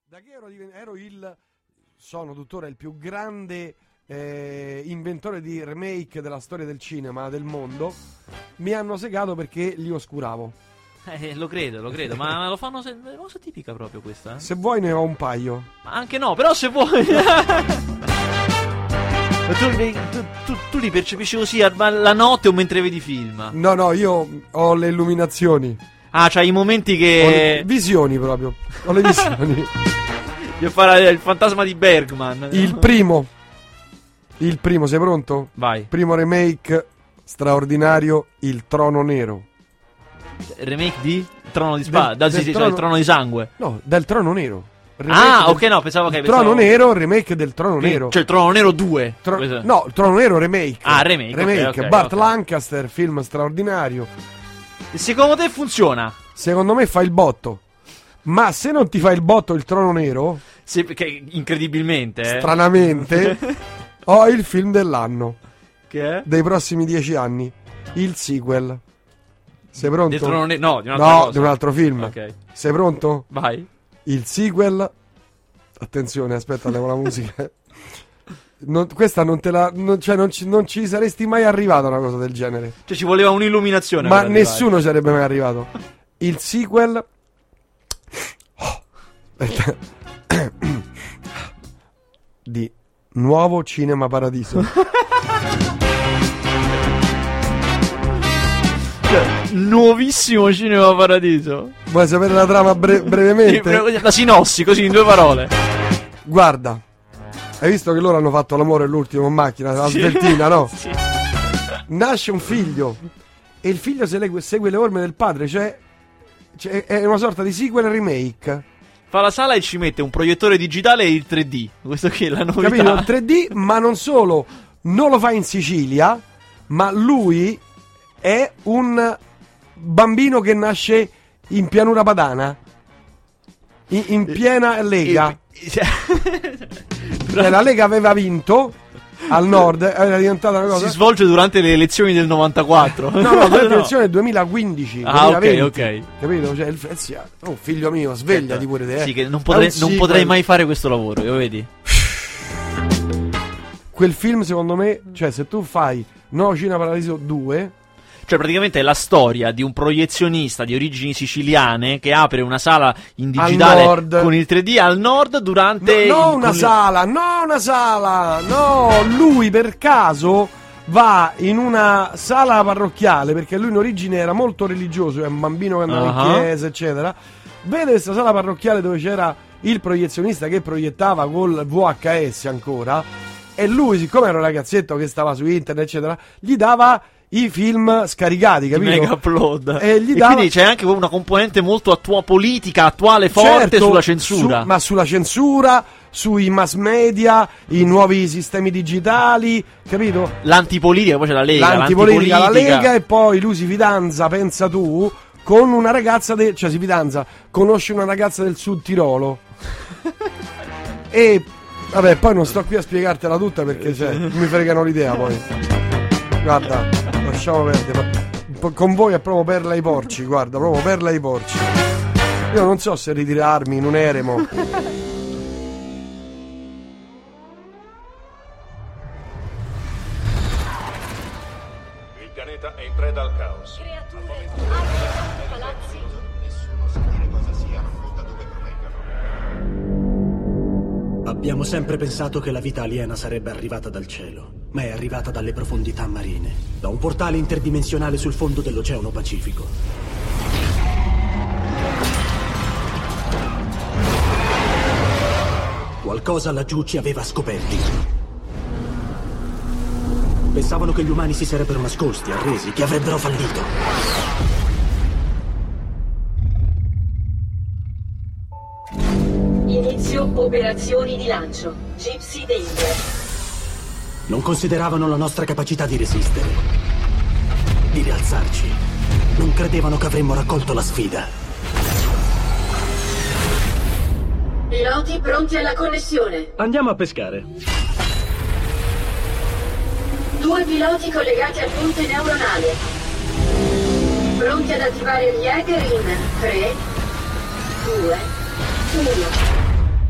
Da che sono tuttora il più grande inventore di remake della storia del cinema del mondo, mi hanno segato perché li oscuravo. Lo credo, ma lo fanno è una cosa tipica proprio questa. Se vuoi ne ho un paio. Ma anche no, però se vuoi. Tu li percepisci così la notte o mentre vedi film? No, io ho le illuminazioni. Ah, c'hai i momenti che... Visioni proprio. Ho le visioni. Io fare il fantasma di Bergman. Il primo, sei pronto? Vai. Primo remake straordinario, Il Trono Nero. Remake di Trono di Spada? Sì, cioè il Trono di Sangue. No, del Trono Nero. Ok, no, pensavo che... Trono Nero, remake del Trono Nero. Cioè il Trono Nero 2. No, Trono Nero remake. Ah, remake. Okay, Burt Lancaster, film straordinario. E secondo te funziona? Secondo me fa il botto. Ma se non ti fa il botto Il Trono Nero... Sì, perché incredibilmente... Stranamente... ho il film dell'anno. Che è? Dei prossimi 10 anni. Il sequel. Sei pronto? Del Trono Nero? No, di un'altra cosa. Di un altro film. Ok. Sei pronto? Vai. Il sequel. Attenzione, aspetta, levo la musica. Questa non te la. Non ci saresti mai arrivato a una cosa del genere. Cioè, ci voleva un'illuminazione. Ma nessuno sarebbe mai arrivato. Il sequel. Di Nuovo Cinema Paradiso. Nuovissimo Cinema Paradiso. Vuoi sapere la trama brevemente? La sinossi, così in 2 parole. Guarda, hai visto che loro hanno fatto l'amore all'ultimo in macchina, la sveltina, no? Sì. Nasce un figlio e il figlio segue le orme del padre, cioè è una sorta di sequel remake. Fa la sala e ci mette un proiettore digitale e il 3D. Questo qui è la novità. Capito? Il 3D, ma non solo, non lo fa in Sicilia, ma lui è un bambino che nasce in pianura padana, in piena Lega. La Lega aveva vinto al nord, era diventata una cosa. Si svolge durante le elezioni del 94. No, durante le elezioni del 2015. Ah, 2020, ok. Capito? Cioè, figlio mio, svegliati pure te. Sì, che non potrei mai fare questo lavoro, lo vedi? Quel film, secondo me, cioè, se tu fai Nuovo Cinema Paradiso 2. Cioè praticamente è la storia di un proiezionista di origini siciliane che apre una sala in digitale con il 3D al nord durante... Una sala, lui per caso va in una sala parrocchiale, perché lui in origine era molto religioso, è un bambino che andava in chiesa, eccetera. Vede questa sala parrocchiale dove c'era il proiezionista che proiettava col VHS ancora, e lui, siccome era un ragazzetto che stava su internet, eccetera, gli dava i film scaricati, capito? Mega upload. E quindi c'è anche una componente molto politica, attuale, forte, certo, sulla censura. Ma sulla censura, sui mass media, i nuovi sistemi digitali, capito? L'antipolitica, poi c'è la Lega. L'antipolitica, la Lega, e poi lui si fidanza, pensa tu, con una ragazza si fidanza, conosce una ragazza del Sud Tirolo. E vabbè, poi non sto qui a spiegartela tutta perché mi fregano l'idea poi. Guarda, lasciamo perdere. Con voi è proprio perla ai porci, guarda, proprio perla ai porci. Io non so se ritirarmi in un eremo. Il pianeta è in preda al caos. Creature, palazzi. Nessuno sa dire cosa siano o da dove provengano. Abbiamo sempre pensato che la vita aliena sarebbe arrivata dal cielo, ma è arrivata dalle profondità marine, da un portale interdimensionale sul fondo dell'Oceano Pacifico. Qualcosa laggiù ci aveva scoperti. Pensavano che gli umani si sarebbero nascosti, arresi, che avrebbero fallito. Inizio operazioni di lancio. Gypsy Danger. Non consideravano la nostra capacità di resistere, di rialzarci. Non credevano che avremmo raccolto la sfida. Piloti pronti alla connessione. Andiamo a pescare. 2 piloti collegati al ponte neuronale. Pronti ad attivare il Jäger in 3, 2, 1.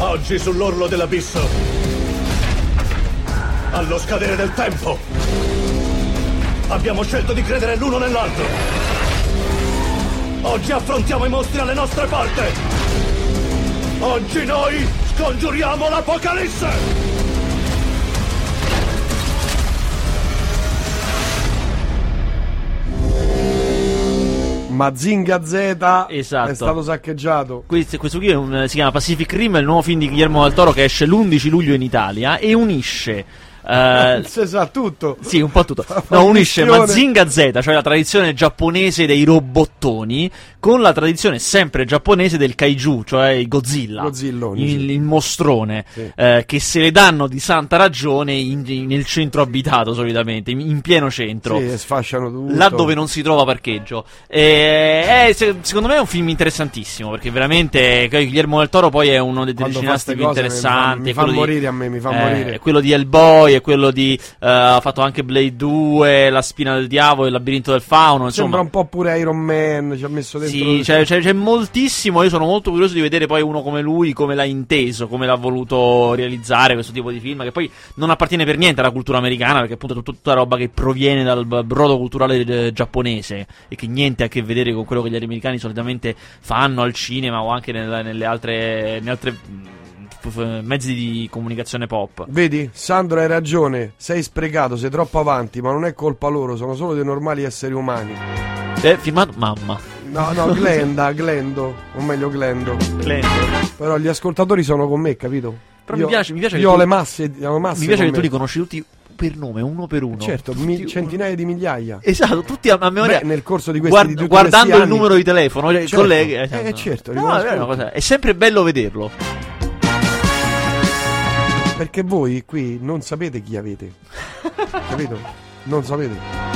Oggi sull'orlo dell'abisso, allo scadere del tempo, abbiamo scelto di credere l'uno nell'altro. Oggi affrontiamo i mostri alle nostre porte. Oggi noi scongiuriamo l'Apocalisse. Mazinga Z esatto. È stato saccheggiato. Questo qui si chiama Pacific Rim, è il nuovo film di Guillermo del Toro che esce l'11 luglio in Italia e unisce si sa tutto. Sì, un po' tutto. No, unisce Mazinga Z, cioè la tradizione giapponese dei robottoni, con la tradizione sempre giapponese del kaiju, cioè il Godzilla, il mostrone, sì. Che se le danno di santa ragione nel centro abitato solitamente, in pieno centro. Sì, e sfasciano tutto. Là dove non si trova parcheggio. Secondo me è un film interessantissimo, perché veramente Guillermo del Toro poi è uno dei cineasti più interessanti. Mi fa morire. È quello di Hellboy, è quello di ha fatto anche Blade 2, La spina del diavolo, Il labirinto del fauno, insomma. Sembra un po' pure Iron Man, ci ha messo dentro. Sì, c'è moltissimo. Io sono molto curioso di vedere poi uno come lui, come l'ha inteso, come l'ha voluto realizzare questo tipo di film, che poi non appartiene per niente alla cultura americana, perché appunto è tutta roba che proviene dal brodo culturale giapponese e che niente ha a che vedere con quello che gli americani solitamente fanno al cinema o anche nelle altre mezzi di comunicazione pop. Vedi, Sandro, hai ragione, sei sprecato, sei troppo avanti, ma non è colpa loro, sono solo dei normali esseri umani. Firmato mamma. No, Glendo, o meglio Glendo. Però gli ascoltatori sono con me, capito? Però mi piace io ho le masse mi piace che tu li conosci tutti per nome, uno per uno. Certo, centinaia di migliaia. Esatto, tutti a memoria. Nel corso di questi guardando il anni, numero di telefono, certo, colleghi. Certo, è sempre bello vederlo. Perché voi qui non sapete chi avete. Capito? Non sapete.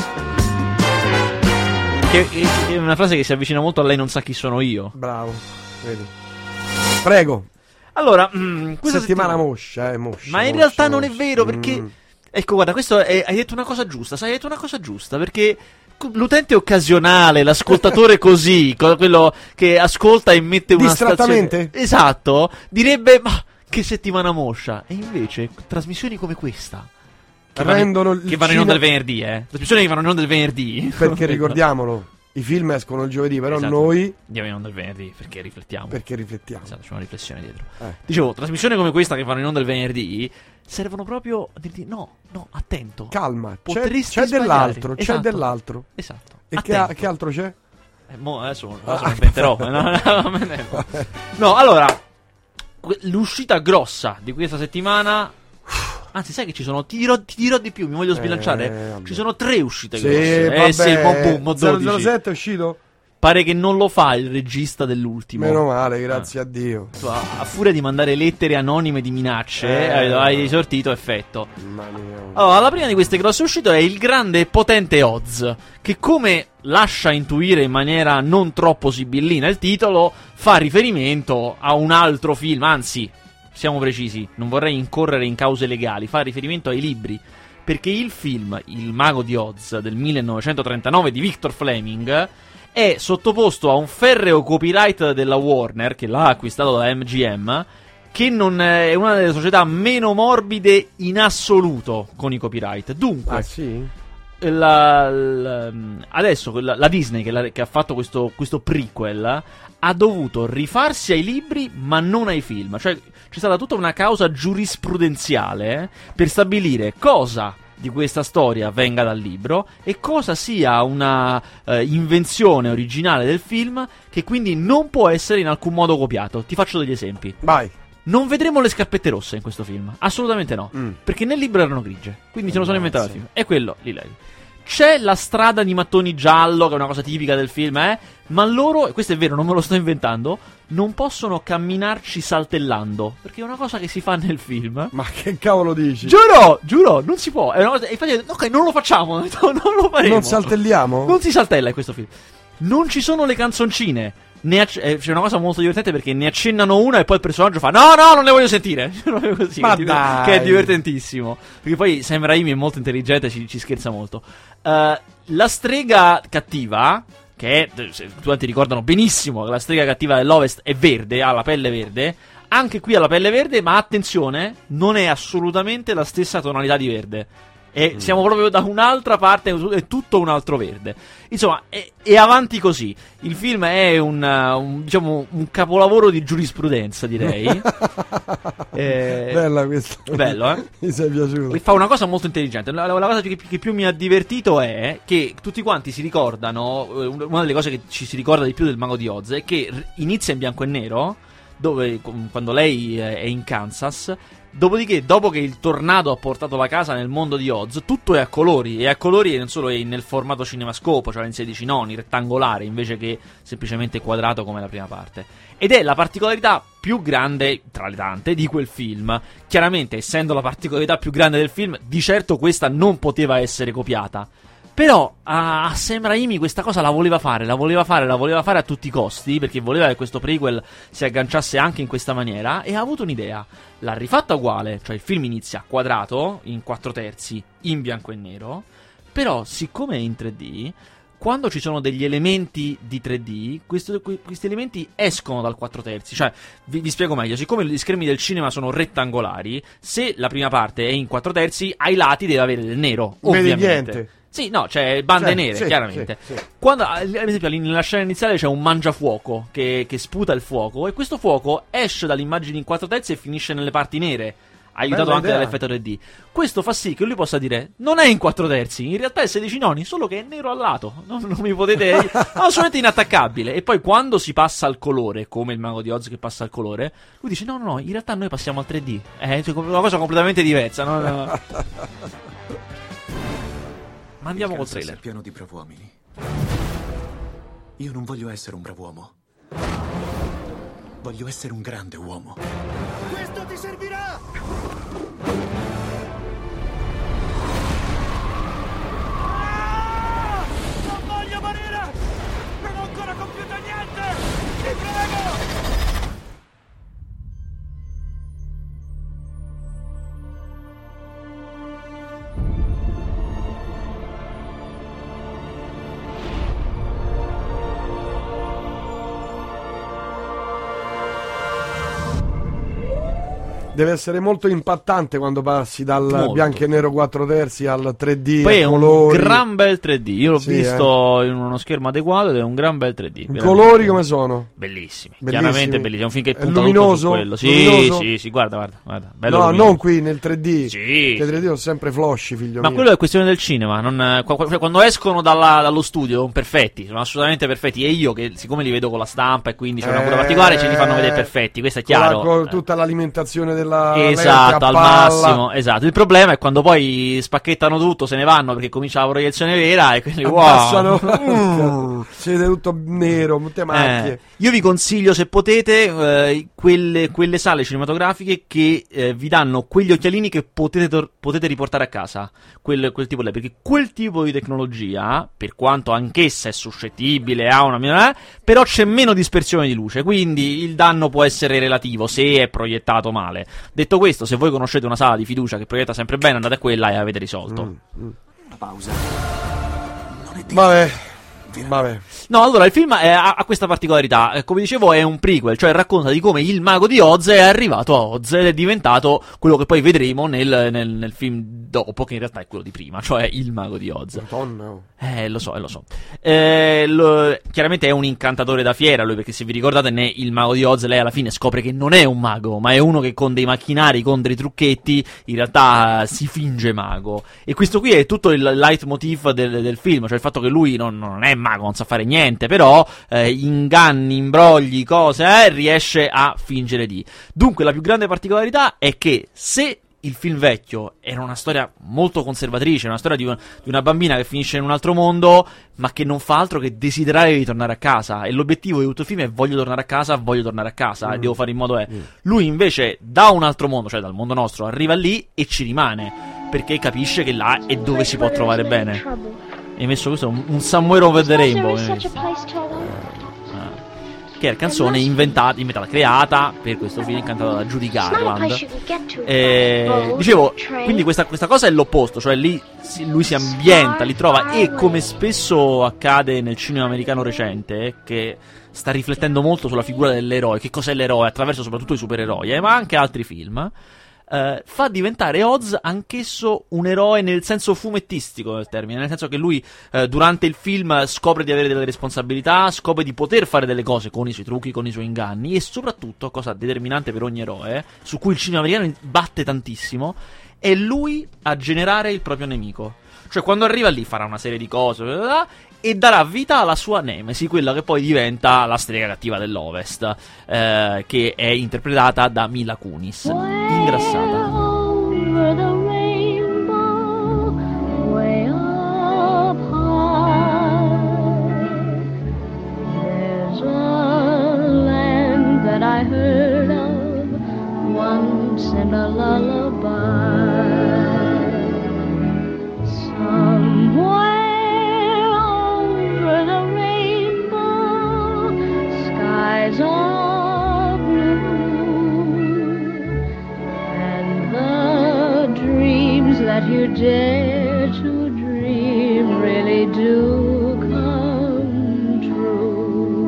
Che è una frase che si avvicina molto a Lei non sa chi sono io. Bravo, vedi. Prego. Allora, questa settimana moscia. Ma in realtà non è vero, perché ecco, guarda, hai detto una cosa giusta, hai detto una cosa giusta, perché l'utente occasionale, l'ascoltatore così, quello che ascolta e mette una distrattamente. Esatto, direbbe "Ma che settimana moscia". E invece trasmissioni come questa che vanno in onda il venerdì, trasmissioni che vanno in onda il venerdì, perché ricordiamolo, i film escono il giovedì, però esatto, noi andiamo in onda il venerdì perché riflettiamo. Esatto, c'è una riflessione dietro. Dicevo, trasmissioni come questa che vanno in onda il venerdì servono proprio a dirti no, attento, calma, c'è dell'altro, esatto. C'è dell'altro. Esatto. E che altro c'è? Adesso mi inventerò. No, allora, l'uscita grossa di questa settimana. Anzi, sai che ci sono. Ti dirò di più, mi voglio sbilanciare. Ci sono 3 uscite grosse. Sì, boom, 007 è uscito? Pare che non lo fa il regista dell'ultimo. Meno male, grazie a Dio. A furia di mandare lettere anonime di minacce, hai esortito effetto. Allora, la prima di queste grosse uscite è il grande e potente Oz, che, come lascia intuire in maniera non troppo sibillina il titolo, fa riferimento a un altro film, anzi, siamo precisi, non vorrei incorrere in cause legali, fa riferimento ai libri, perché il film Il Mago di Oz del 1939 di Victor Fleming è sottoposto a un ferreo copyright della Warner, che l'ha acquistato da MGM, che non è una delle società meno morbide in assoluto con i copyright. Dunque, sì? Adesso la Disney che ha fatto questo prequel ha dovuto rifarsi ai libri ma non ai film. Cioè c'è stata tutta una causa giurisprudenziale per stabilire cosa di questa storia venga dal libro e cosa sia una invenzione originale del film, che quindi non può essere in alcun modo copiato. Ti faccio degli esempi. Vai. Non vedremo le scarpette rosse in questo film, assolutamente no, perché nel libro erano grigie, quindi se lo sono inventato al film. E quello lì. C'è la strada di mattoni giallo, che è una cosa tipica del film, ma loro, e questo è vero, non me lo sto inventando, non possono camminarci saltellando, perché è una cosa che si fa nel film. Ma che cavolo dici? Giuro, non si può. È una cosa, infatti, ok, non lo facciamo, non lo faremo. Non saltelliamo? Non si saltella in questo film. Non ci sono le canzoncine. C'è una cosa molto divertente, perché ne accennano una e poi il personaggio fa no, non le voglio sentire. Così, ma dai, che è divertentissimo, perché poi Sam Raimi è molto intelligente, ci scherza molto. La strega cattiva, che è, tu ti ricordano benissimo che la strega cattiva dell'Ovest è verde, ha la pelle verde, anche qui ha la pelle verde, ma attenzione, non è assolutamente la stessa tonalità di verde. E siamo proprio da un'altra parte, è tutto un altro verde. Insomma, è avanti così. Il film è diciamo, un capolavoro di giurisprudenza, direi. Bella questa. Bello, eh? Mi sei piaciuto. E fa una cosa molto intelligente. La cosa che più mi ha divertito è che tutti quanti si ricordano, una delle cose che ci si ricorda di più del Mago di Oz è che inizia in bianco e nero, dove quando lei è in Kansas. Dopodiché, dopo che il tornado ha portato la casa nel mondo di Oz, tutto è a colori. E a colori non solo è nel formato cinemascopo, cioè in 16 noni, rettangolare, invece che semplicemente quadrato come la prima parte. Ed è la particolarità più grande, tra le tante, di quel film. Chiaramente, essendo la particolarità più grande del film, di certo questa non poteva essere copiata. Però a Sam Raimi questa cosa la voleva fare a tutti i costi, perché voleva che questo prequel si agganciasse anche in questa maniera, e ha avuto un'idea. L'ha rifatta uguale, cioè il film inizia quadrato, in 4/3, in bianco e nero, però siccome è in 3D, quando ci sono degli elementi di 3D, questi elementi escono dal 4/3, cioè vi spiego meglio, siccome gli schermi del cinema sono rettangolari, se la prima parte è in 4/3, ai lati deve avere del nero, ovviamente. Vedi niente. Sì, no, c'è bande nere, sì, chiaramente. Sì. Quando, ad esempio, nella scena iniziale c'è un mangiafuoco che sputa il fuoco, e questo fuoco esce dall'immagine in 4/3 e finisce nelle parti nere, aiutato Bella anche idea. dall'effetto 3D. Questo fa sì che lui possa dire: non è in 4/3, in realtà è 16 noni, solo che è nero al lato. Non mi potete. Assolutamente inattaccabile. E poi quando si passa al colore, come il Mago di Oz che passa al colore, lui dice: no, in realtà noi passiamo al 3D. È una cosa completamente diversa. No. Ma andiamo col trailer. È pieno di brav'uomini. Io non voglio essere un brav'uomo. Voglio essere un grande uomo. Questo ti servirà! Non voglio morire! Non ho ancora compiuto niente! Ti prego! Deve essere molto impattante quando passi dal bianco e nero 4/3 al 3D. Poi è un colori. gran bel 3D. Io l'ho visto in uno schermo adeguato ed è un gran bel 3D. I colori come sono? Bellissimi. Chiaramente bellissimi. È un film che punta luminoso? tutto su quello. Luminoso? Sì, guarda. Bello No, luminoso. non qui nel 3D. Sì. Che 3D sono sempre flosci, figlio Ma mio. quello è questione del cinema. Quando escono dallo studio sono perfetti, sono assolutamente perfetti. E io, che siccome li vedo con la stampa e quindi c'è una cura particolare, ce li fanno vedere perfetti. Questo è chiaro. Con tutta l'alimentazione della Esatto, al massimo. Esatto. Il problema è quando poi spacchettano tutto, se ne vanno perché comincia la proiezione vera e quindi wow. Siete tutto nero, tutte macchie. Io vi consiglio, se potete, quelle sale cinematografiche che vi danno quegli occhialini che potete riportare a casa. Quel tipo lì, perché quel tipo di tecnologia, per quanto anch'essa è suscettibile a una minore, però c'è meno dispersione di luce, quindi il danno può essere relativo se è proiettato male. Detto questo, se voi conoscete una sala di fiducia che proietta sempre bene, andate a quella e avete risolto. Una pausa. Non è Vabbè. No, allora il film ha questa particolarità. Come dicevo, è un prequel, cioè racconta di come il Mago di Oz è arrivato a Oz ed è diventato quello che poi vedremo nel film dopo, che in realtà è quello di prima, cioè il Mago di Oz. Lo so. Chiaramente è un incantatore da fiera lui, perché se vi ricordate il Mago di Oz, lei alla fine scopre che non è un mago, ma è uno che con dei macchinari, con dei trucchetti, in realtà si finge mago. E questo qui è tutto il leitmotiv del film, cioè il fatto che lui non è mago, non sa fare niente, però inganni, imbrogli, cose, riesce a fingere di. Dunque la più grande particolarità è che se il film vecchio era una storia molto conservatrice, una storia di una bambina che finisce in un altro mondo, ma che non fa altro che desiderare di tornare a casa, e l'obiettivo di tutto il film è voglio tornare a casa, e devo fare in modo Lui invece da un altro mondo, cioè dal mondo nostro, arriva lì e ci rimane, perché capisce che là è dove si può trovare bene. Hai messo questo un Somewhere Over the Rainbow. che è canzone inventata, creata per questo film, cantata da Judy Garland. Dicevo, quindi questa cosa è l'opposto, cioè lì lui si ambienta, li trova, e come spesso accade nel cinema americano recente, che sta riflettendo molto sulla figura dell'eroe, che cos'è l'eroe, attraverso soprattutto i supereroi, ma anche altri film, fa diventare Oz anch'esso un eroe nel senso fumettistico del termine, nel senso che lui durante il film scopre di avere delle responsabilità, scopre di poter fare delle cose con i suoi trucchi, con i suoi inganni, e soprattutto, cosa determinante per ogni eroe, su cui il cinema americano batte tantissimo, è lui a generare il proprio nemico. Cioè quando arriva lì farà una serie di cose e darà vita alla sua nemesi, quella che poi diventa la strega cattiva dell'Ovest, che è interpretata da Mila Kunis, ingrassata. Over the rainbow, way up high, there's a land that I heard of once in a lullaby. Somewhere over the rainbow, skies are blue, and the dreams that you dare to dream really do come true.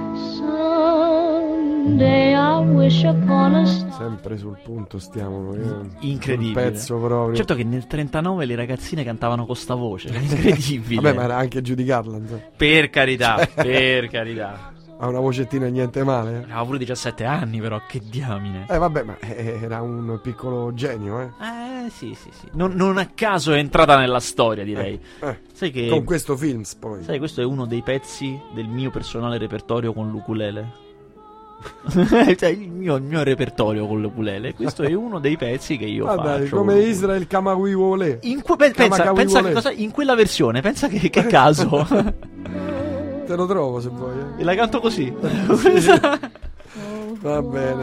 Someday I wish upon a star. Sempre sul punto stiamo, incredibile. Un pezzo proprio. Certo che nel 39 le ragazzine cantavano con sta voce, incredibile. Vabbè, ma era anche Judy Garland. Per carità, per carità. Ha una vocettina niente male. Aveva pure 17 anni, però, che diamine. Vabbè, ma era un piccolo genio, sì. Non a caso è entrata nella storia, direi. Sai che con questo film, poi. Sai, questo è uno dei pezzi del mio personale repertorio con l'ukulele. Cioè, il mio repertorio con l'ukulele. Questo è uno dei pezzi che io faccio. Dai, come Israel Kamawiwole. Pensa che cosa, in quella versione, pensa che caso. Te lo trovo se vuoi. E la canto così. Va bene.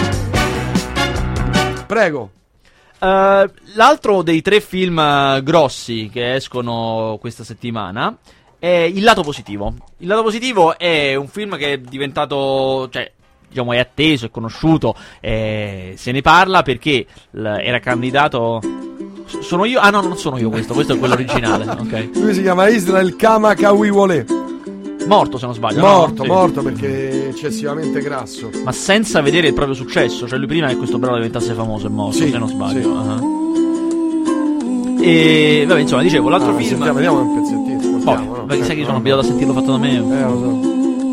Prego. L'altro dei 3 film grossi che escono questa settimana è Il lato positivo. Il lato positivo è un film che è diventato, cioè, diciamo, è atteso, è conosciuto, se ne parla perché era candidato. Sono io? Ah no, non sono io questo è quello originale. Ok. Lui si chiama Israel Kamakawiwole. Morto, se non sbaglio. Morto perché è eccessivamente grasso. Ma senza vedere il proprio successo. Cioè lui prima che questo brano diventasse famoso è morto, se non sbaglio. Sì. E vabbè, insomma, dicevo, l'altro film. Vediamo un pezzettino. Ascoltiamo, sai che io sono abituato a sentirlo fatto da me. Lo so.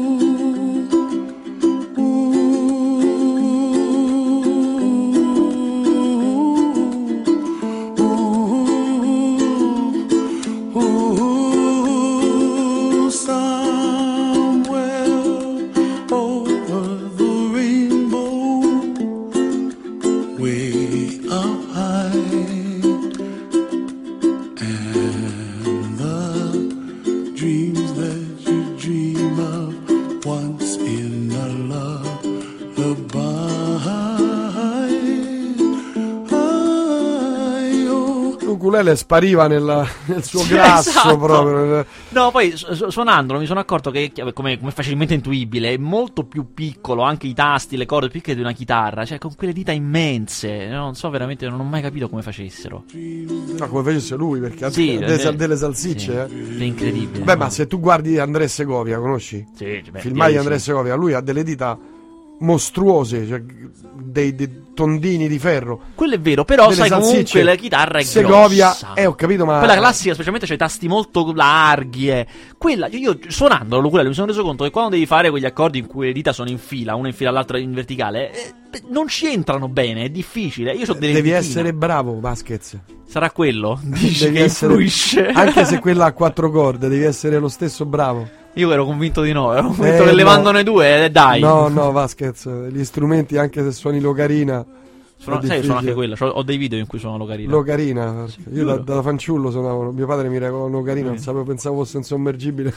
Spariva nel suo grasso, esatto. Proprio. No, poi suonandolo mi sono accorto che, come facilmente intuibile, è molto più piccolo, anche i tasti, le corde piccole di una chitarra, cioè con quelle dita immense. Non so, veramente non ho mai capito come facessero. No, come facesse lui, perché ha delle salsicce. Sì, è incredibile. Beh, no? Ma se tu guardi Andrea Segovia, conosci? Sì, filmai Andrea Segovia, lui ha delle dita mostruose, cioè dei tondini di ferro. Quello è vero, però sai, comunque la chitarra è Segovia, grossa. Ho capito, ma quella classica, specialmente c'è i tasti molto larghi. Quella, io suonando l'ukulele mi sono reso conto che quando devi fare quegli accordi in cui le dita sono in fila, una in fila all'altra in verticale, non ci entrano bene, è difficile. Io devi ditine. Essere bravo, Vasquez. Sarà quello? Dici devi che influisce? Anche se quella ha 4 corde, devi essere lo stesso bravo. Io ero convinto di no, ero convinto che levandone 2, dai. No, Vasquez, gli strumenti, anche se suoni l'ocarina. Sai, sono anche quella, ho dei video in cui suono l'ocarina. L'ocarina, io da fanciullo suonavo, mio padre mi regalò un'ocarina, non sapevo, pensavo fosse un sommergibile.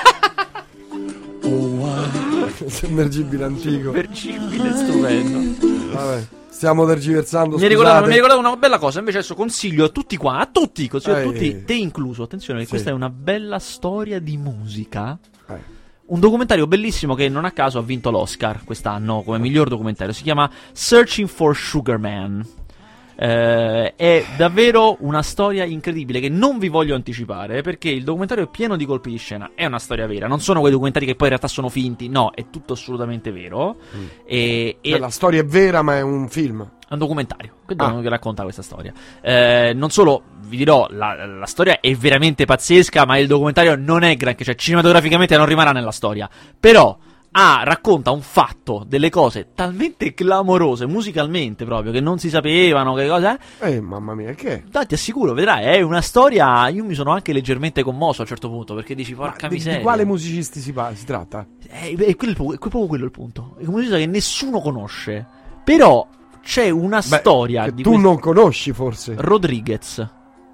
Sommergibile antico. Sommergibile, stupendo. Vabbè. Stiamo tergiversando. Mi ricordavo una bella cosa. Invece adesso consiglio a tutti qua, consiglio a tutti, te incluso. Attenzione, che questa è una bella storia di musica. un documentario bellissimo che non a caso ha vinto l'Oscar quest'anno come miglior documentario. Si chiama Searching for Sugar Man. È davvero una storia incredibile che non vi voglio anticipare, perché il documentario è pieno di colpi di scena. È una storia vera, non sono quei documentari che poi in realtà sono finti. No, è tutto assolutamente vero. E la storia è vera, ma è un film. È un documentario che racconta questa storia. Non solo, vi dirò, la storia è veramente pazzesca, ma il documentario non è granché, cioè cinematograficamente non rimarrà nella storia. Però racconta un fatto, delle cose talmente clamorose, musicalmente proprio, che non si sapevano che cosa è. Mamma mia, che? Dai, ti assicuro, vedrai, è una storia. Io mi sono anche leggermente commosso a un certo punto, perché dici, porca miseria. Di quale musicisti si tratta? È proprio quello il punto. È un musicista che nessuno conosce, però c'è una storia che tu non conosci forse. Rodriguez.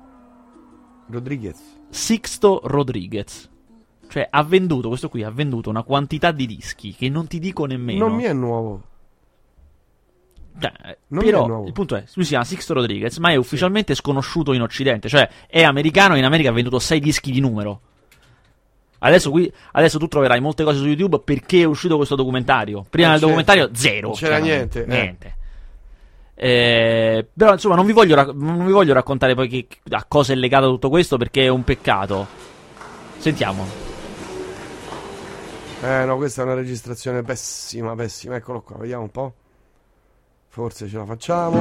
Sixto Rodriguez. Cioè questo qui ha venduto una quantità di dischi che non ti dico nemmeno. Non mi è nuovo. Però il punto è, lui si chiama Sixto Rodriguez, ma è ufficialmente sconosciuto in Occidente. Cioè è americano e in America ha venduto 6 dischi di numero. Adesso tu troverai molte cose su YouTube perché è uscito questo documentario. Prima del documentario zero. Non c'era niente. Però insomma non vi voglio raccontare poi a cosa è legato tutto questo, perché è un peccato. Sentiamo. No, questa è una registrazione pessima. Eccolo qua, vediamo un po'. Forse ce la facciamo.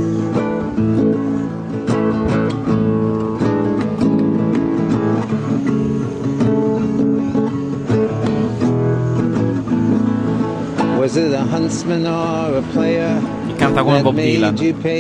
Was it a huntsman or a player? Canta come Bob Dylan.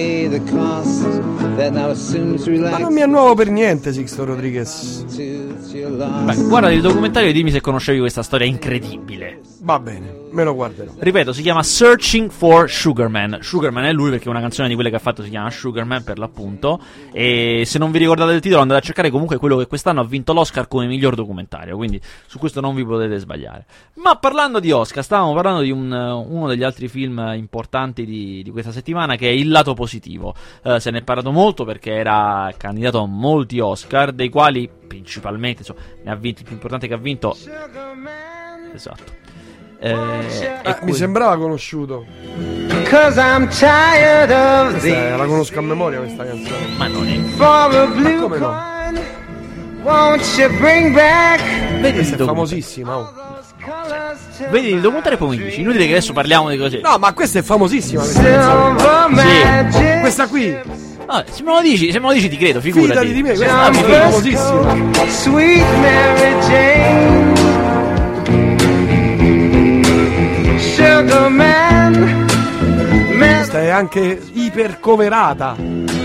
Ma non mi è nuovo per niente Sixto Rodriguez. Guarda il documentario e dimmi se conoscevi questa storia incredibile. Va bene, me lo guarderò. Ripeto, si chiama Searching for Sugar Man. Sugar Man è lui, perché una canzone di quelle che ha fatto si chiama Sugar Man per l'appunto. E se non vi ricordate il titolo andate a cercare comunque quello che quest'anno ha vinto l'Oscar come miglior documentario, quindi su questo non vi potete sbagliare. Ma parlando di Oscar, stavamo parlando di uno degli altri film importanti di questa settimana, che è Il lato positivo. Se ne è parlato molto perché era candidato a molti Oscar, dei quali principalmente, insomma, ne ha vinto il più importante che ha vinto. Esatto. Mi sembrava conosciuto. I'm tired of la conosco a memoria questa canzone. Ma non è. Ma come no? Won't you bring back? Vedi, questa è famosissima. Vedi il documentario, poi mi dici. Inutile che adesso parliamo di cose. No, ma questa è famosissima questa canzone. Sì. Questa qui. No, se me lo dici ti credo, figurati. Fidati di me, questa è famosissima. Sweet Mary Jane, Sugar Man. Questa è anche ipercoverata.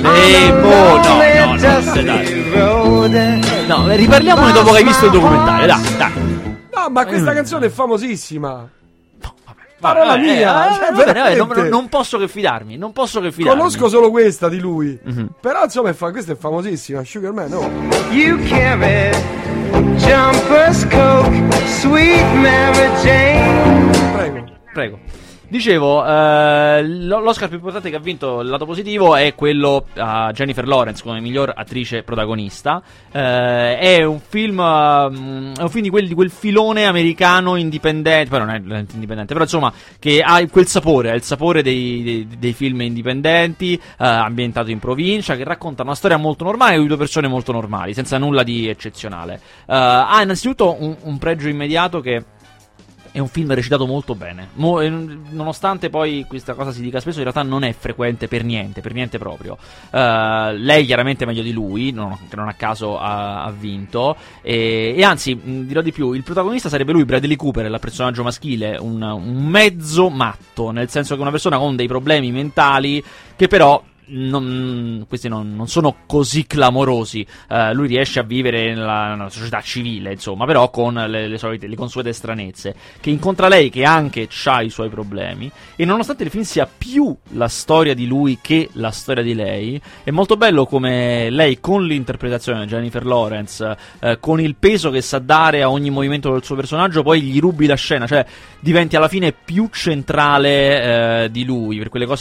No, riparliamone dopo che hai visto il documentario, dai. No, ma questa canzone è famosissima. No, vabbè. Parola mia, vabbè, non posso che fidarmi. Conosco solo questa di lui. Però insomma questa è famosissima. Sugar Man, no. You carry Jumpers Coke, Sweet Mary Jane. Prego. Dicevo, l'Oscar più importante che ha vinto il lato positivo è quello a Jennifer Lawrence come miglior attrice protagonista. È un film di quel filone americano indipendente, però non è indipendente, però insomma che ha quel sapore, il sapore dei film indipendenti, ambientato in provincia, che racconta una storia molto normale di due persone molto normali, senza nulla di eccezionale. Ha innanzitutto un pregio immediato, che è un film recitato molto bene, nonostante poi questa cosa si dica spesso, in realtà non è frequente per niente proprio. Lei chiaramente è meglio di lui, che non a caso ha vinto, e anzi dirò di più, il protagonista sarebbe lui, Bradley Cooper, il personaggio maschile, un mezzo matto, nel senso che è una persona con dei problemi mentali che però questi non sono così clamorosi. Lui riesce a vivere nella società civile, insomma, però con le consuete stranezze, che incontra lei che anche ha i suoi problemi, e nonostante il film sia più la storia di lui che la storia di lei, è molto bello come lei, con l'interpretazione di Jennifer Lawrence, con il peso che sa dare a ogni movimento del suo personaggio, poi gli rubi la scena, cioè diventi alla fine più centrale di lui, per quelle cose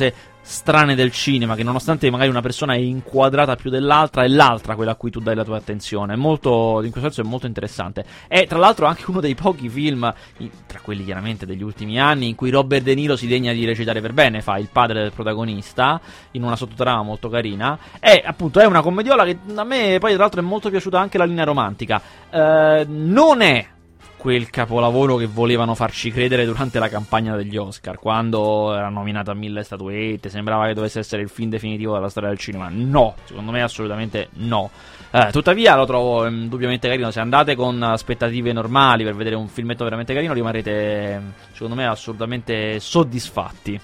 strane del cinema, che nonostante magari una persona è inquadrata più dell'altra, è l'altra quella a cui tu dai la tua attenzione. È molto, in questo senso è molto interessante. È tra l'altro anche uno dei pochi film, tra quelli chiaramente degli ultimi anni, in cui Robert De Niro si degna di recitare per bene, fa il padre del protagonista in una sottotrama molto carina. E appunto è una commediola che a me poi tra l'altro è molto piaciuta anche la linea romantica. Non è quel capolavoro che volevano farci credere durante la campagna degli Oscar, quando era nominata a 1000 statuette, sembrava che dovesse essere il film definitivo della storia del cinema. No, secondo me assolutamente no. Tuttavia lo trovo indubbiamente carino. Se andate con aspettative normali per vedere un filmetto veramente carino, rimarrete secondo me assolutamente soddisfatti.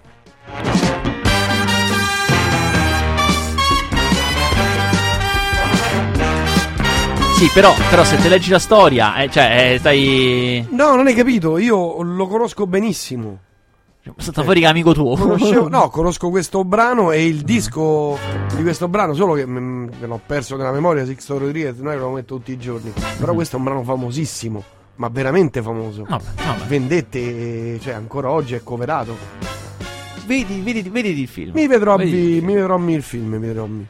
Sì, però se te leggi la storia, stai... No, non hai capito, io lo conosco benissimo. È stato fuori che amico tuo. Conosco questo brano e il disco di questo brano, solo che l'ho perso nella memoria. Sixto Rodriguez, noi lo metto tutti i giorni. Però questo è un brano famosissimo, ma veramente famoso. Vabbè. Vendette, cioè ancora oggi è coverato. Vedi il film. Mi vedrò il film.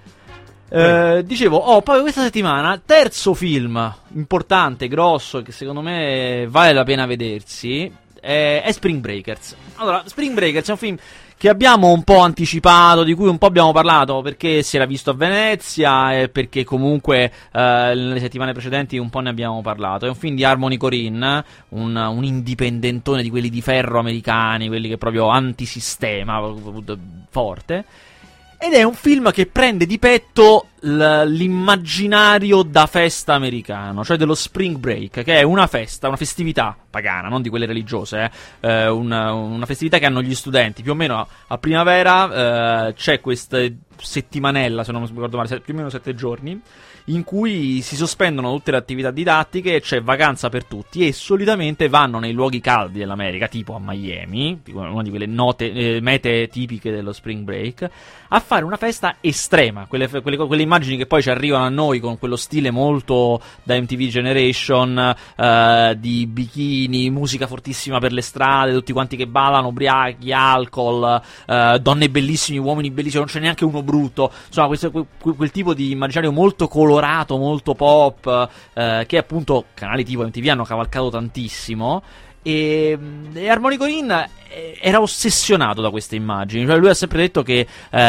Dicevo, poi questa settimana terzo film importante, grosso, che secondo me vale la pena vedersi, è Spring Breakers. Allora, Spring Breakers è un film che abbiamo un po' anticipato, di cui un po' abbiamo parlato, perché si era visto a Venezia e perché comunque nelle settimane precedenti un po' ne abbiamo parlato. È un film di Harmony Korine, un indipendentone di quelli di ferro americani, quelli che proprio antisistema, forte. Ed è un film che prende di petto l'immaginario da festa americano, cioè dello Spring Break, che è una festa, una festività pagana, non di quelle religiose, una festività che hanno gli studenti. Più o meno a primavera c'è questa settimanella, se non mi ricordo male, più o meno 7 giorni, in cui si sospendono tutte le attività didattiche, c'è vacanza per tutti e solitamente vanno nei luoghi caldi dell'America, tipo a Miami, una di quelle mete tipiche dello Spring Break, a fare una festa estrema, quelle immagini che poi ci arrivano a noi con quello stile molto da MTV Generation, di bikini, musica fortissima per le strade, tutti quanti che ballano, ubriachi, alcol, donne bellissime, uomini bellissimi, non c'è neanche uno brutto, insomma quel tipo di immaginario molto colorato, molto pop, che appunto canali tipo MTV hanno cavalcato tantissimo. E Harmony Korine era ossessionato da queste immagini, cioè lui ha sempre detto che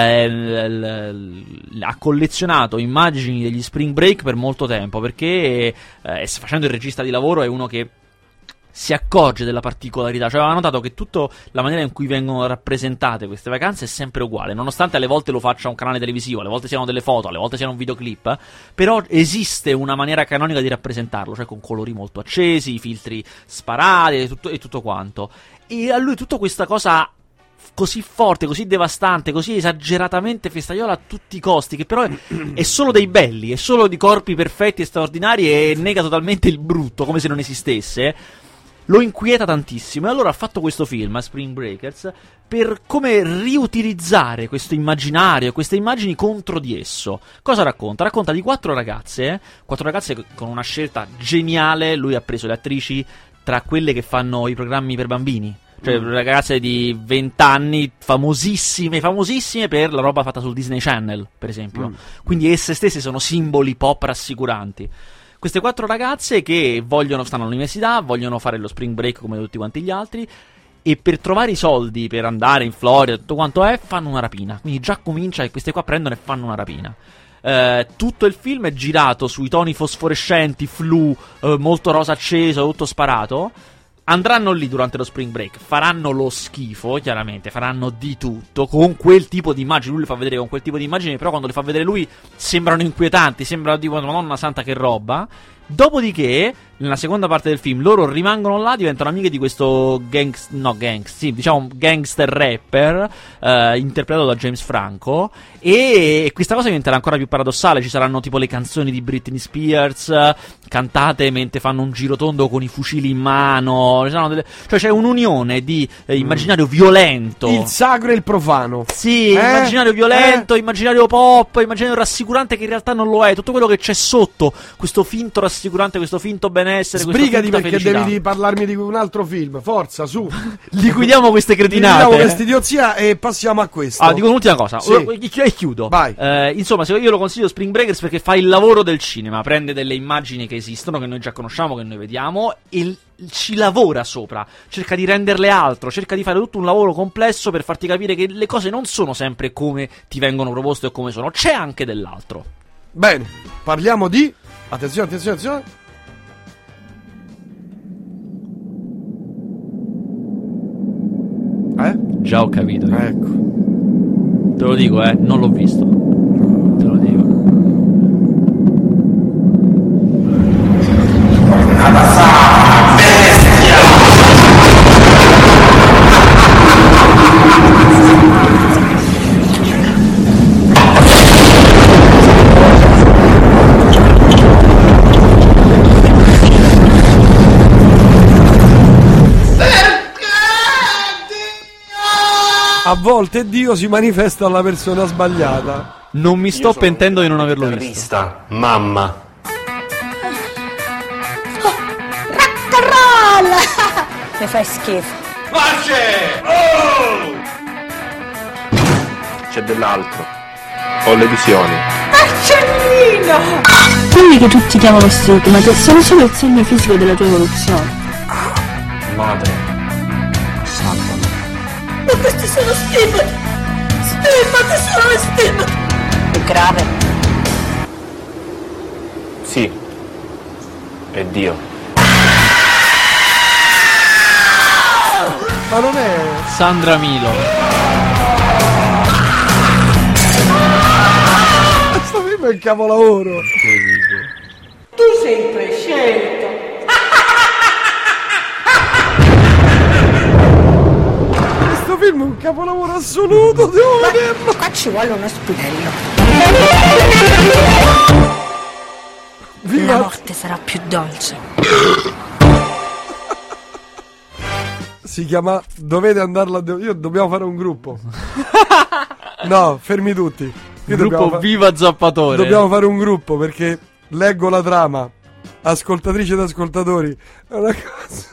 ha collezionato immagini degli Spring Break per molto tempo, perché facendo il regista di lavoro è uno che si accorge della particolarità, cioè aveva notato che tutta la maniera in cui vengono rappresentate queste vacanze è sempre uguale, nonostante alle volte lo faccia un canale televisivo, alle volte siano delle foto, alle volte siano un videoclip, però esiste una maniera canonica di rappresentarlo, cioè con colori molto accesi, filtri sparati e tutto quanto. E a lui tutta questa cosa così forte, così devastante, così esageratamente festaiola a tutti i costi, che però è solo dei belli, è solo di corpi perfetti e straordinari e nega totalmente il brutto, come se non esistesse, lo inquieta tantissimo. E allora ha fatto questo film, Spring Breakers, per come riutilizzare questo immaginario, queste immagini contro di esso. Cosa racconta? Racconta di 4 ragazze con una scelta geniale. Lui ha preso le attrici tra quelle che fanno i programmi per bambini, cioè ragazze di 20 anni, famosissime per la roba fatta sul Disney Channel, per esempio. Quindi esse stesse sono simboli pop rassicuranti. Queste 4 ragazze che stanno all'università, vogliono fare lo Spring Break come tutti quanti gli altri, e per trovare i soldi per andare in Florida, tutto quanto fanno una rapina. Quindi già comincia che queste qua prendono e fanno una rapina. Tutto il film è girato sui toni fosforescenti, flu, molto rosa acceso, tutto sparato. Andranno lì durante lo Spring Break, faranno lo schifo, chiaramente, faranno di tutto con quel tipo di immagini. Lui le fa vedere con quel tipo di immagini, però quando le fa vedere lui sembrano inquietanti, sembrano tipo Madonna santa che roba. Dopodiché, nella seconda parte del film, loro rimangono là, diventano amiche di questo gangster rapper, interpretato da James Franco, e questa cosa diventerà ancora più paradossale. Ci saranno tipo le canzoni di Britney Spears cantate mentre fanno un girotondo con i fucili in mano, cioè c'è un'unione di immaginario violento, il sacro e il profano. Sì, immaginario violento, immaginario pop, immaginario rassicurante che in realtà non lo è, tutto quello che c'è sotto questo finto rassicurante rassicurante, questo finto benessere, sbrigati questa finta perché felicità. devi parlarmi di un altro film. Forza, su. Liquidiamo queste cretinate. Liquidiamo questa idiozia e passiamo a questo. Dico un'ultima cosa. Sì. E chiudo. Vai. Insomma, io lo consiglio Spring Breakers perché fa il lavoro del cinema. Prende delle immagini che esistono, che noi già conosciamo, che noi vediamo, e ci lavora sopra. Cerca di renderle altro. Cerca di fare tutto un lavoro complesso per farti capire che le cose non sono sempre come ti vengono proposte o come sono. C'è anche dell'altro. Bene, parliamo di... Attenzione. Già ho capito. Ecco. Te lo dico, non l'ho visto. Te lo dico. A volte Dio si manifesta alla persona sbagliata. Non mi sto pentendo di non averlo visto. Mamma. Rock'n'roll! Mi fai schifo. Marce! C'è dell'altro. Ho le visioni. Marcellino! Quelli che tutti chiamano stigmati sono solo il segno fisico della tua evoluzione. Madre. Salvami. Ma questi sono stigmati! Sono stigmati! È grave. Sì. È Dio. Ma non è... Sandra Milo. Questo film è un capolavoro. Tu sei prescelto. Questo film è un capolavoro assoluto, devo vederlo. Qua ci vuole uno spinello. La morte sarà più dolce. Si chiama Dovete andarla. Dobbiamo fare un gruppo. No, fermi tutti. Gruppo Viva Zappatore. Dobbiamo fare un gruppo perché leggo la trama. Ascoltatrici ed ascoltatori, è una cosa.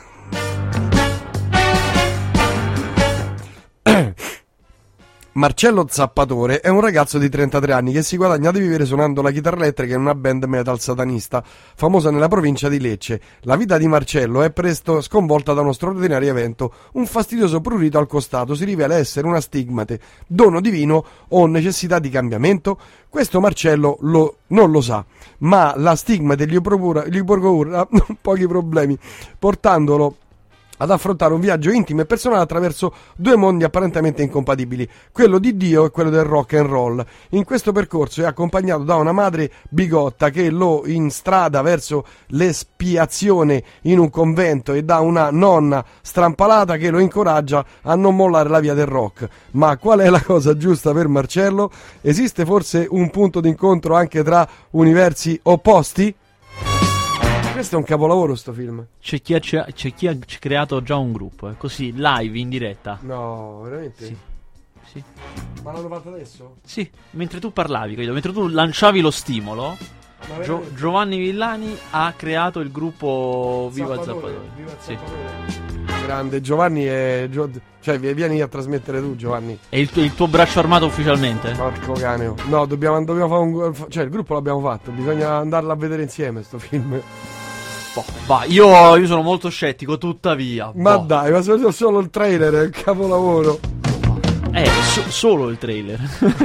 Marcello Zappatore è un ragazzo di 33 anni che si guadagna di vivere suonando la chitarra elettrica in una band metal satanista famosa nella provincia di Lecce. La vita di Marcello è presto sconvolta da uno straordinario evento. Un fastidioso prurito al costato si rivela essere una stigmate, dono divino o necessità di cambiamento? Questo Marcello non lo sa, ma la stigmate gli procura pochi problemi, portandolo ad affrontare un viaggio intimo e personale attraverso due mondi apparentemente incompatibili, quello di Dio e quello del rock and roll. In questo percorso è accompagnato da una madre bigotta che lo instrada verso l'espiazione in un convento e da una nonna strampalata che lo incoraggia a non mollare la via del rock. Ma qual è la cosa giusta per Marcello? Esiste forse un punto d'incontro anche tra universi opposti? Questo è un capolavoro, sto film. C'è chi ha creato già un gruppo, così, live, in diretta. No, veramente? Sì. Ma l'hanno fatto adesso? Sì, mentre tu parlavi, credo, mentre tu lanciavi lo stimolo, Giovanni Villani ha creato il gruppo Viva Zappatore. Sì. Grande, Giovanni è... Cioè, vieni a trasmettere tu, Giovanni. È il tuo braccio armato ufficialmente? Porco cane. No, dobbiamo fare un... Cioè, il gruppo l'abbiamo fatto, bisogna andarlo a vedere insieme, sto film. Va, io sono molto scettico, tuttavia. Ma dai, ma solo il trailer è un capolavoro. Solo il trailer.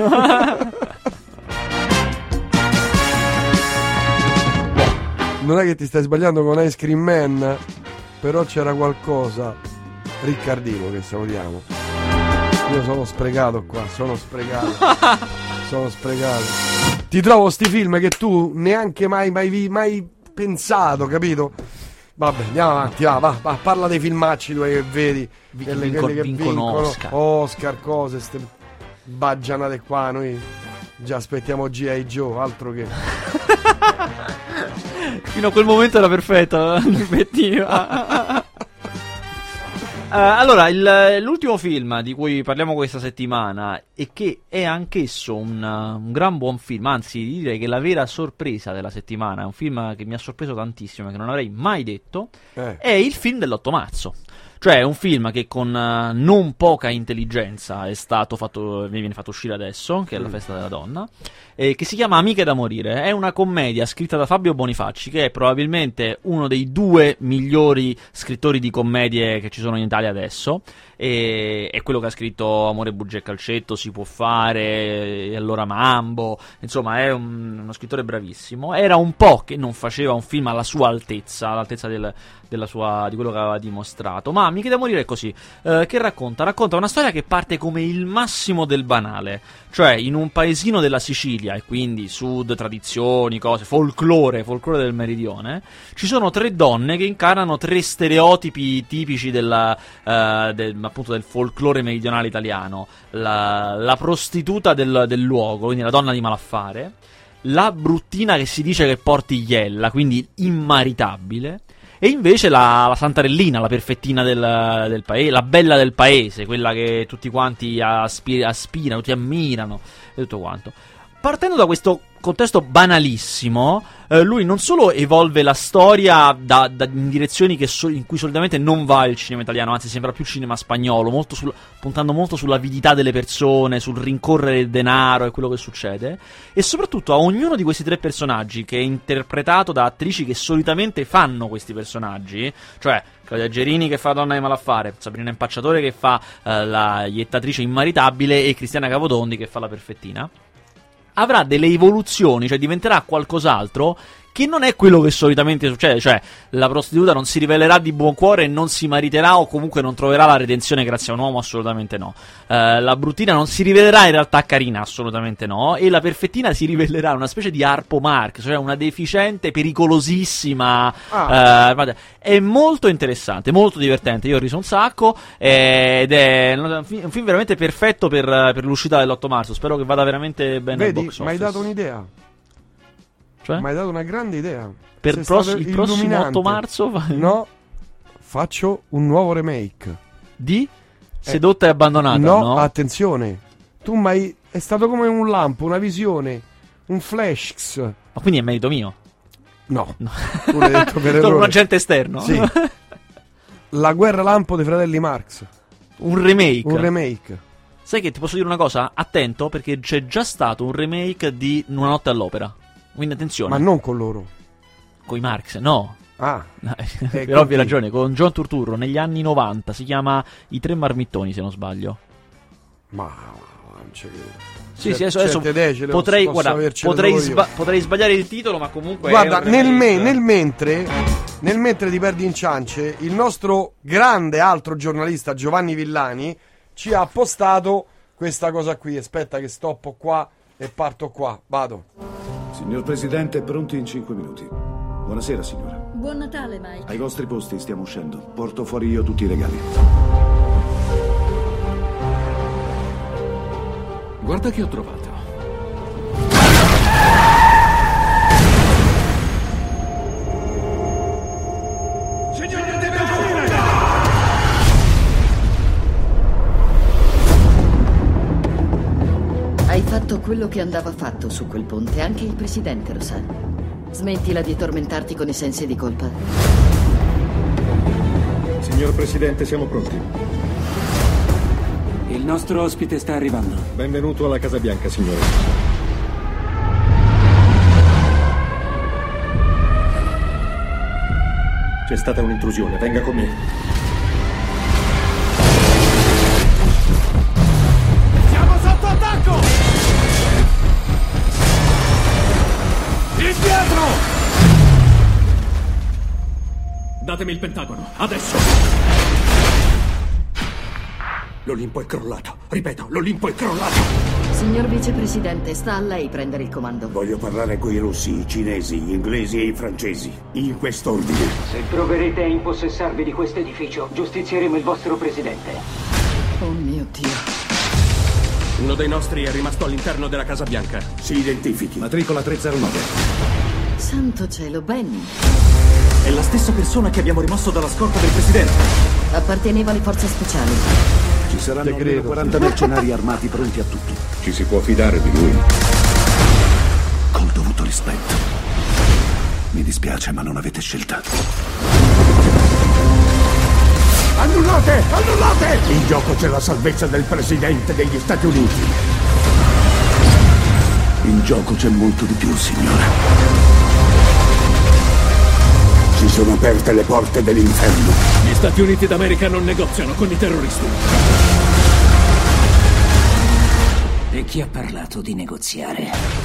Non è che ti stai sbagliando con Ice Cream Man, però c'era qualcosa. Riccardino, che salutiamo. Io sono sprecato qua, sono sprecato. Ti trovo sti film che tu neanche mai pensato, capito? Vabbè, andiamo avanti, va, parla dei filmacci dove che vedi, quelle che vincono Oscar, cose, ste baggianate qua, noi già aspettiamo G.I. Joe, altro che... Fino a quel momento era perfetta l'obiettiva. Allora, l'ultimo film di cui parliamo questa settimana e che è anch'esso un gran buon film, anzi direi che la vera sorpresa della settimana, è un film che mi ha sorpreso tantissimo e che non avrei mai detto, è il film dell'8 marzo. Cioè è un film che con non poca intelligenza è stato fatto, viene fatto uscire adesso, che è la festa della donna, che si chiama Amiche da morire. È una commedia scritta da Fabio Bonifacci, che è probabilmente uno dei 2 migliori scrittori di commedie che ci sono in Italia adesso. È quello che ha scritto Amore, bugie e calcetto, Si può fare, e allora Mambo. Insomma è uno scrittore bravissimo. Era un po' che non faceva un film alla sua altezza, all'altezza di quello che aveva dimostrato. Ma Amiche da morire è così, che racconta una storia che parte come il massimo del banale, cioè in un paesino della Sicilia, e quindi sud, tradizioni, cose, folklore del meridione, ci sono 3 donne che incarnano 3 stereotipi tipici appunto del folklore meridionale italiano: la prostituta del luogo, quindi la donna di malaffare, la bruttina che si dice che porti iella, quindi immaritabile, e invece la santarellina, la perfettina del paese, la bella del paese, quella che tutti quanti aspirano, tutti ammirano e tutto quanto. Partendo da questo contesto banalissimo, lui non solo evolve la storia in direzioni in cui solitamente non va il cinema italiano, anzi sembra più cinema spagnolo, puntando molto sull'avidità delle persone, sul rincorrere il denaro e quello che succede, e soprattutto a ognuno di questi 3 personaggi, che è interpretato da attrici che solitamente fanno questi personaggi, cioè Claudia Gerini che fa la donna di malaffare, Sabrina Impacciatore che fa la iettatrice immaritabile e Cristiana Capotondi che fa la perfettina. Avrà delle evoluzioni, cioè diventerà qualcos'altro che non è quello che solitamente succede, cioè la prostituta non si rivelerà di buon cuore e non si mariterà, o comunque non troverà la redenzione grazie a un uomo, assolutamente no. La bruttina non si rivelerà in realtà carina, assolutamente no, e la perfettina si rivelerà una specie di Harpo Marx, cioè una deficiente pericolosissima. È molto interessante, molto divertente, io ho riso un sacco, ed è un film veramente perfetto per l'uscita dell'8 marzo, spero che vada veramente bene al box office. Mi hai dato un'idea. Cioè? Mi hai dato una grande idea. Per il prossimo 8 marzo no, faccio un nuovo remake di Sedotta e abbandonata. No, attenzione. Tu è stato come un lampo, una visione, un flash. Ma quindi è merito mio? No. Tu l'hai detto per errore. Sono un agente esterno. Sì. La guerra lampo dei fratelli Marx. Un remake. Sai che ti posso dire una cosa? Attento, perché c'è già stato un remake di Una notte all'opera. Quindi attenzione. Ma non con loro. Con i Marx, no. Per ovvie ragioni. Con John Turturro negli anni 90. Si chiama I 3 marmittoni, se non sbaglio. Ma non c'è credo. Sì, adesso potrei sbagliare il titolo, ma comunque. Guarda, nel mentre ti perdi in ciance, il nostro grande altro giornalista Giovanni Villani ci ha postato questa cosa qui. Aspetta che stoppo qua e parto qua. Vado. Signor Presidente, pronti in 5 minuti. Buonasera, signora. Buon Natale, Mike. Ai vostri posti, stiamo uscendo. Porto fuori io tutti i regali. Guarda che ho trovato. Hai fatto quello che andava fatto su quel ponte, anche il presidente lo sa. Smettila di tormentarti con i sensi di colpa. Signor Presidente, siamo pronti. Il nostro ospite sta arrivando. Benvenuto alla Casa Bianca, signore. C'è stata un'intrusione, venga con me. Datemi il Pentagono, adesso! L'Olimpo è crollato. Ripeto, l'Olimpo è crollato. Signor Vicepresidente, sta a lei prendere il comando. Voglio parlare coi russi, i cinesi, gli inglesi e i francesi. In quest'ordine. Se proverete a impossessarvi di questo edificio, giustizieremo il vostro presidente. Oh mio Dio. Uno dei nostri è rimasto all'interno della Casa Bianca. Si identifichi. Matricola 309. Santo cielo, Benny. È la stessa persona che abbiamo rimosso dalla scorta del presidente. Apparteneva alle forze speciali. Ci saranno almeno 40 mercenari armati pronti a tutto. Ci si può fidare di lui? Col dovuto rispetto. Mi dispiace, ma non avete scelta. Annullate! Annullate! In gioco c'è la salvezza del presidente degli Stati Uniti. In gioco c'è molto di più, signore. Si sono aperte le porte dell'inferno. Gli Stati Uniti d'America non negoziano con i terroristi. E chi ha parlato di negoziare?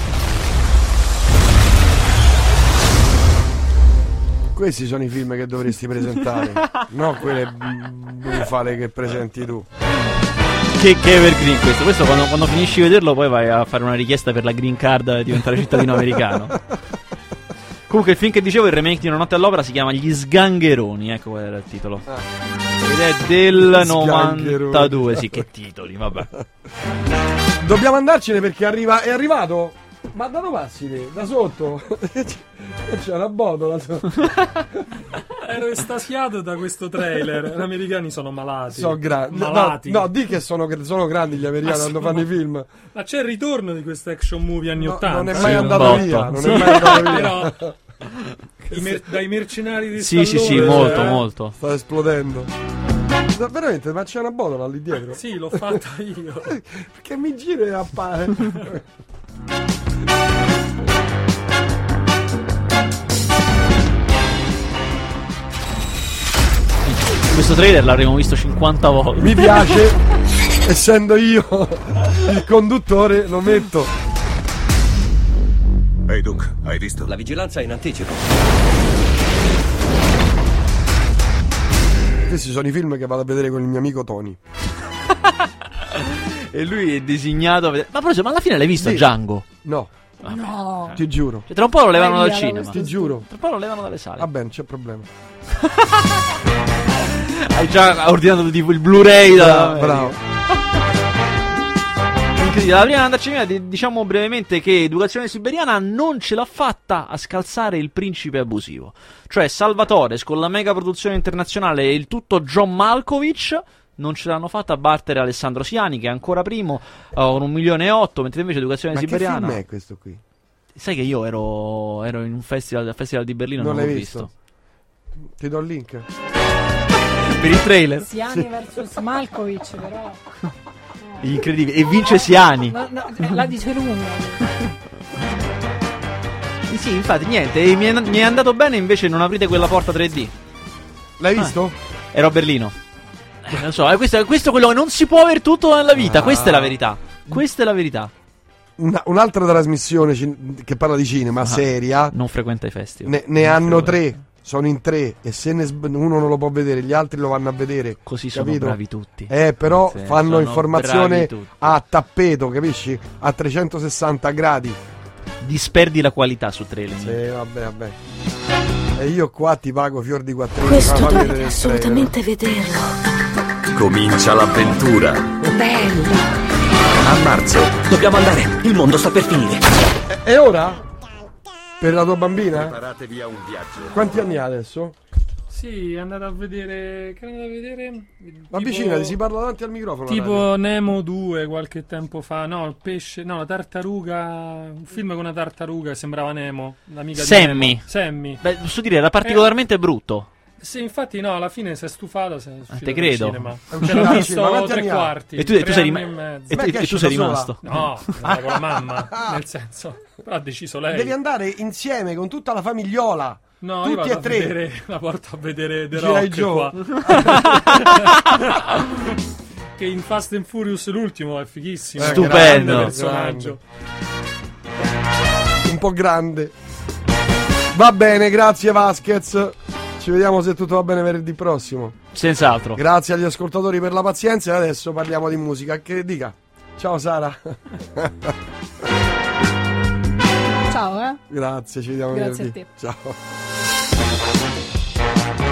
Questi sono i film che dovresti presentare, non quelle bufale che presenti tu. Che evergreen questo quando finisci di vederlo poi vai a fare una richiesta per la green card e diventare cittadino americano. Comunque il film che dicevo, il remake di Una notte all'opera, si chiama Gli Sgangheroni, ecco qual era il titolo. Ed è del 92, sì, che titoli, vabbè. Dobbiamo andarcene perché è arrivato. Ma da dove passi te? Da sotto? C'è una botola sotto. Ero estasiato da questo trailer. Gli americani sono malati. Sono grandi. Malati. No, di che sono grandi gli americani quando fanno i film. Ma c'è il ritorno di questo action movie anni 80. Non è mai andato via. Non è mai andato via. Però dai mercenari di Sì, molto. Sta esplodendo. Veramente, ma c'è una botola lì dietro? Sì, l'ho fatta io. Perché mi giro e appare. Questo trailer l'avremo visto 50 volte. Mi piace, essendo io il conduttore, lo metto. Ehi Duke, hai visto? La vigilanza è in anticipo. Questi sono i film che vado a vedere con il mio amico Tony. E lui è designato ma alla fine l'hai visto Django? No. No. Ti giuro. Cioè, tra un po' lo levano dal cinema. Ti giuro. Tra un po' lo levano dalle sale. Va bene, non c'è problema. Hai già ordinato tipo il Blu-ray bravo. Incredibile. La prima ad andarci via, diciamo brevemente che Educazione Siberiana non ce l'ha fatta a scalzare il principe abusivo. Cioè Salvatore con la mega produzione internazionale e il tutto John Malkovich non ce l'hanno fatta a battere Alessandro Siani, che è ancora primo con 1,8 milioni, mentre invece Educazione Siberiana. Ma che film è questo qui? Sai che io ero in un festival di Berlino, non l'ho visto. Ti do il link per il trailer. Siani versus Malkovich, però incredibile. E vince Siani. No, la dice lunga. Sì, infatti niente. E mi è andato bene invece Non aprite quella porta 3D. L'hai visto? Ero a Berlino. Non so, questo è quello che non si può aver tutto nella vita. Questa è la verità. Questa è la verità. Un'altra trasmissione che parla di cinema seria. Non frequenta i festival. Ne hanno 3. Sono in 3 e se uno non lo può vedere, gli altri lo vanno a vedere. Così capito? Sono bravi tutti. Però fanno informazione a tappeto, capisci? A 360 gradi. Disperdi la qualità su trailer. Sì, vabbè. E io qua ti pago fior di quattrini. Questo dovete assolutamente vederlo. Comincia l'avventura. Bello. A marzo. Dobbiamo andare. Il mondo sta per finire. E ora? Per la tua bambina? Preparatevi a un viaggio. Quanti anni ha adesso? Sì, è andata a vedere. Che è andata a vedere? Avvicinati, si parla davanti al microfono. Tipo Nemo 2 qualche tempo fa. No, il pesce. No, la tartaruga. Un film con una tartaruga che sembrava Nemo. L'amica Sammy. di Nemo. Sammy. Beh, posso dire, era particolarmente brutto. Sì, infatti no, alla fine si è stufato. Te credo. L'ho visto 3/4. E tu sei rimasto. No, con la mamma. Nel senso, però ha deciso lei. Devi andare insieme con tutta la famigliola. No, tutti io vado e 3. La porto a vedere The G.I. Rock Joe. Che in Fast and Furious l'ultimo è fighissimo. Stupendo. Grande personaggio. Un po' grande. Va bene, grazie Vasquez. Ci vediamo se tutto va bene venerdì prossimo. Senz'altro. Grazie agli ascoltatori per la pazienza. E adesso parliamo di musica. Che dica. Ciao Sara. Ciao, Grazie, ci vediamo Grazie venerdì. a te. Ciao.